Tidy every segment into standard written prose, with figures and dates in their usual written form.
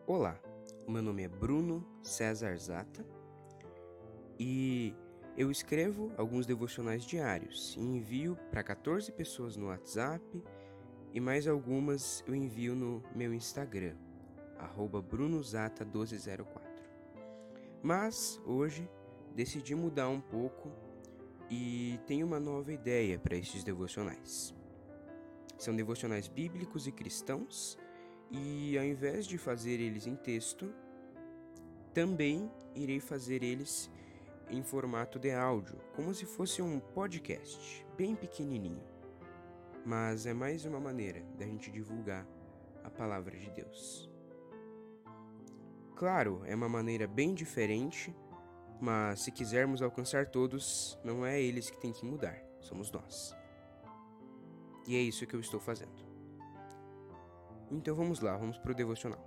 Olá, o meu nome é Bruno César Zata e eu escrevo alguns devocionais diários e envio para 14 pessoas no WhatsApp e mais algumas eu envio no meu Instagram, @brunozata1204. Mas hoje decidi mudar um pouco e tenho uma nova ideia para estes devocionais. São devocionais bíblicos e cristãos e ao invés de fazer eles em texto, também irei fazer eles em formato de áudio, como se fosse um podcast, bem pequenininho. Mas é mais uma maneira da gente divulgar a palavra de Deus. Claro, é uma maneira bem diferente, mas se quisermos alcançar todos, não é eles que têm que mudar, somos nós. E é isso que eu estou fazendo. Então vamos lá, vamos para o devocional.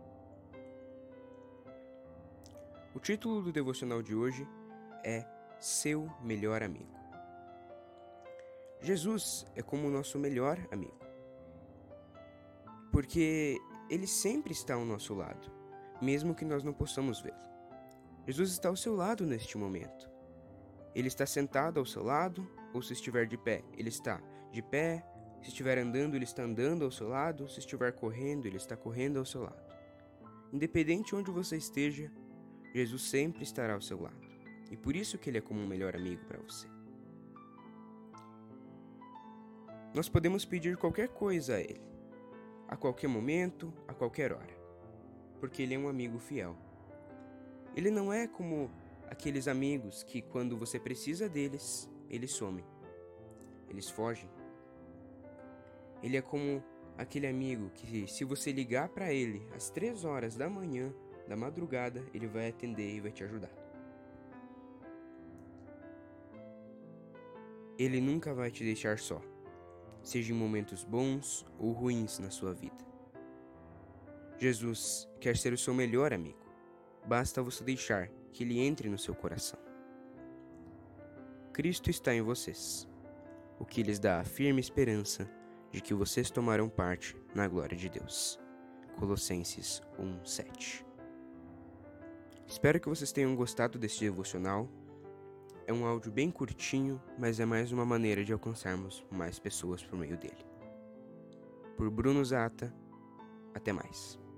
O título do devocional de hoje é Seu Melhor Amigo. Jesus é como o nosso melhor amigo, porque Ele sempre está ao nosso lado, mesmo que nós não possamos vê-lo. Jesus está ao seu lado neste momento. Ele está sentado ao seu lado, ou se estiver de pé, Ele está de pé. Se estiver andando, Ele está andando ao seu lado. Se estiver correndo, Ele está correndo ao seu lado. Independente de onde você esteja, Jesus sempre estará ao seu lado. E por isso que Ele é como um melhor amigo para você. Nós podemos pedir qualquer coisa a Ele, a qualquer momento, a qualquer hora, porque Ele é um amigo fiel. Ele não é como aqueles amigos que, quando você precisa deles, eles somem, eles fogem. Ele é como aquele amigo que, se você ligar para ele às 3 horas da manhã, da madrugada, ele vai atender e vai te ajudar. Ele nunca vai te deixar só, seja em momentos bons ou ruins na sua vida. Jesus quer ser o seu melhor amigo. Basta você deixar que Ele entre no seu coração. Cristo está em vocês, o que lhes dá a firme esperança de que vocês tomarão parte na glória de Deus. Colossenses 1:7. Espero que vocês tenham gostado deste devocional. É um áudio bem curtinho, mas é mais uma maneira de alcançarmos mais pessoas por meio dele. Por Bruno Zata, até mais.